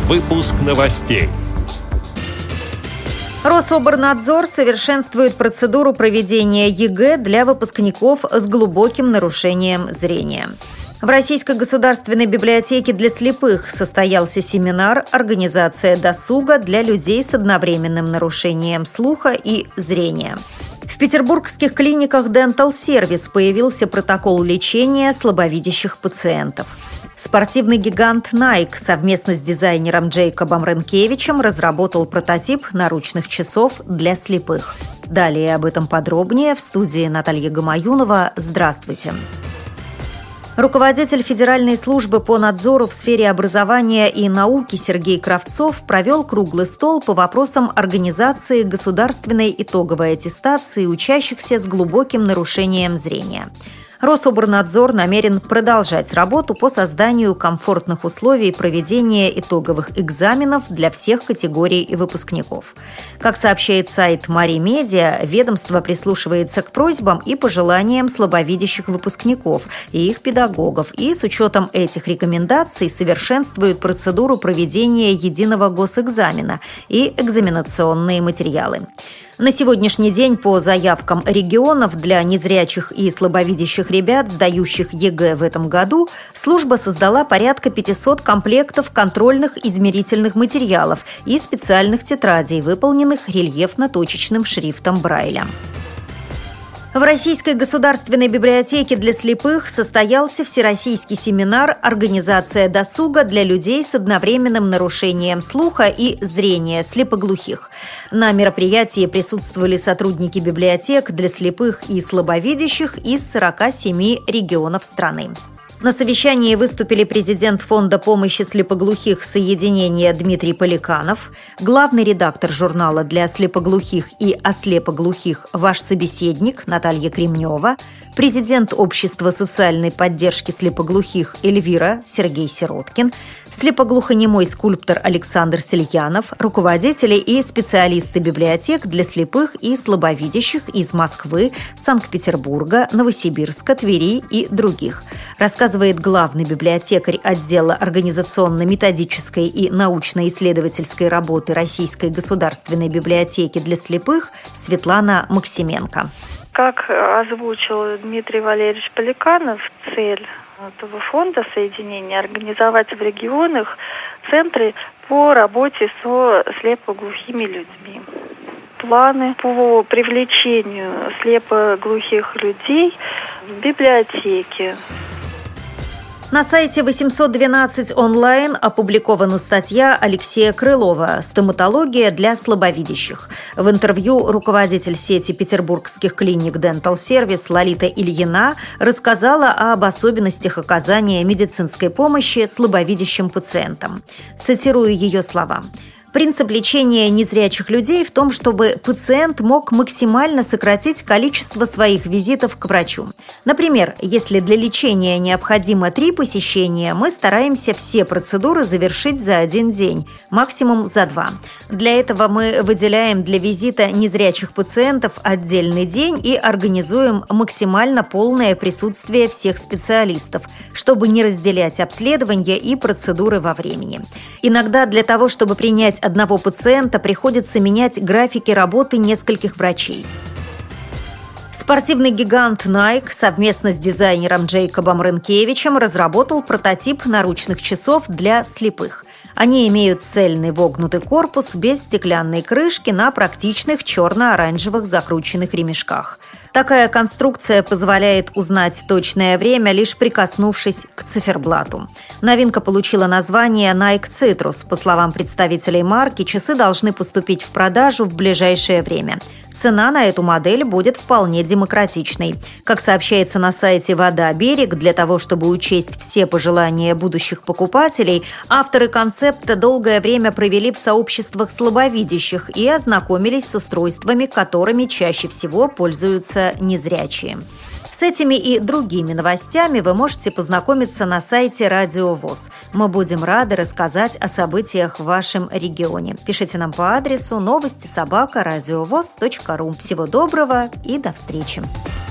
Выпуск новостей. Рособорнадзор совершенствует процедуру проведения ЕГЭ для выпускников с глубоким нарушением зрения. В Российской государственной библиотеке для слепых состоялся семинар «Организация досуга для людей с одновременным нарушением слуха и зрения». В петербургских клиниках Dental Service появился протокол лечения слабовидящих пациентов. Спортивный гигант Nike совместно с дизайнером Джейкобом Ренкевичем разработал прототип наручных часов для слепых. Далее об этом подробнее в студии Наталья Гамаюнова. Здравствуйте. Руководитель Федеральной службы по надзору в сфере образования и науки Сергей Кравцов провел круглый стол по вопросам организации государственной итоговой аттестации учащихся с глубоким нарушением зрения. Рособорнадзор намерен продолжать работу по созданию комфортных условий проведения итоговых экзаменов для всех категорий выпускников. Как сообщает сайт Мари Медиа, ведомство прислушивается к просьбам и пожеланиям слабовидящих выпускников и их педагогов, и с учетом этих рекомендаций совершенствует процедуру проведения единого госэкзамена и экзаменационные материалы. На сегодняшний день по заявкам регионов для незрячих и слабовидящих ребят, сдающих ЕГЭ в этом году, служба создала порядка 500 комплектов контрольных измерительных материалов и специальных тетрадей, выполненных рельефно-точечным шрифтом Брайля. В Российской государственной библиотеке для слепых состоялся всероссийский семинар «Организация досуга для людей с одновременным нарушением слуха и зрения слепоглухих». На мероприятии присутствовали сотрудники библиотек для слепых и слабовидящих из 47 регионов страны. На совещании выступили президент Фонда помощи слепоглухих «Соединение» Дмитрий Поликанов, главный редактор журнала для слепоглухих и ослепоглухих «Ваш собеседник» Наталья Кремнева, президент Общества социальной поддержки слепоглухих Эльвира Сергей Сироткин, слепоглухонемой скульптор Александр Сельянов, руководители и специалисты библиотек для слепых и слабовидящих из Москвы, Санкт-Петербурга, Новосибирска, Твери и других. Рассказывает главный библиотекарь отдела организационно-методической и научно-исследовательской работы Российской государственной библиотеки для слепых Светлана Максименко. Как озвучил Дмитрий Валерьевич Поликанов, цель этого фонда соединения — организовать в регионах центры по работе со слепоглухими людьми. Планы по привлечению слепоглухих людей в библиотеке. На сайте 812 онлайн опубликована статья Алексея Крылова «Стоматология для слабовидящих». В интервью руководитель сети петербургских клиник Dental Service Лолита Ильина рассказала об особенностях оказания медицинской помощи слабовидящим пациентам. Цитирую ее слова. Принцип лечения незрячих людей в том, чтобы пациент мог максимально сократить количество своих визитов к врачу. Например, если для лечения необходимо 3 посещения, мы стараемся все процедуры завершить за 1 день, максимум за 2. Для этого мы выделяем для визита незрячих пациентов отдельный день и организуем максимально полное присутствие всех специалистов, чтобы не разделять обследования и процедуры во времени. Иногда для того, чтобы принять одного пациента, приходится менять графики работы нескольких врачей. Спортивный гигант Nike совместно с дизайнером Джейкобом Ренкевичем разработал прототип наручных часов для слепых. Они имеют цельный вогнутый корпус без стеклянной крышки на практичных черно-оранжевых закрученных ремешках. Такая конструкция позволяет узнать точное время, лишь прикоснувшись к циферблату. Новинка получила название Nike Citrus. По словам представителей марки, часы должны поступить в продажу в ближайшее время. Цена на эту модель будет вполне демократичной. Как сообщается на сайте «Вода Берег», для того, чтобы учесть все пожелания будущих покупателей, авторы концепта долгое время провели в сообществах слабовидящих и ознакомились с устройствами, которыми чаще всего пользуются незрячие. С этими и другими новостями вы можете познакомиться на сайте Радио ВОС. Мы будем рады рассказать о событиях в вашем регионе. Пишите нам по адресу новости@радиовос.ру. Всего доброго и до встречи!